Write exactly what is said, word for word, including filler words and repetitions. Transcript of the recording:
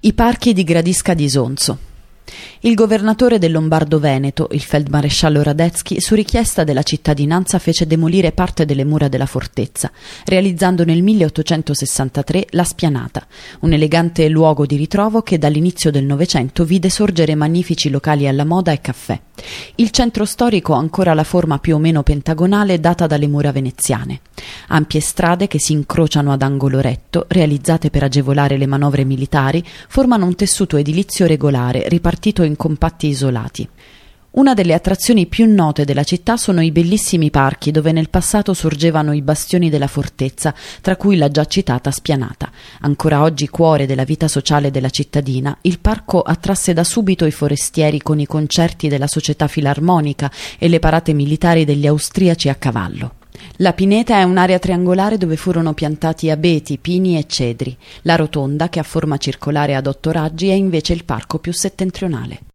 I parchi di Gradisca d'Isonzo. Il governatore del Lombardo-Veneto, il feldmaresciallo Radetzky, su richiesta della cittadinanza fece demolire parte delle mura della fortezza, realizzando nel milleottocentosessantatré la Spianata, un elegante luogo di ritrovo che dall'inizio del Novecento vide sorgere magnifici locali alla moda e caffè. Il centro storico ha ancora la forma più o meno pentagonale data dalle mura veneziane. Ampie strade che si incrociano ad angolo retto, realizzate per agevolare le manovre militari, formano un tessuto edilizio regolare ripartito in compatti isolati. Una delle attrazioni più note della città sono i bellissimi parchi dove nel passato sorgevano i bastioni della fortezza, tra cui la già citata Spianata. Ancora oggi cuore della vita sociale della cittadina, il parco attrasse da subito i forestieri con i concerti della società filarmonica e le parate militari degli austriaci a cavallo. La pineta è un'area triangolare dove furono piantati abeti, pini e cedri. La rotonda, che ha forma circolare ad otto raggi, è invece il parco più settentrionale.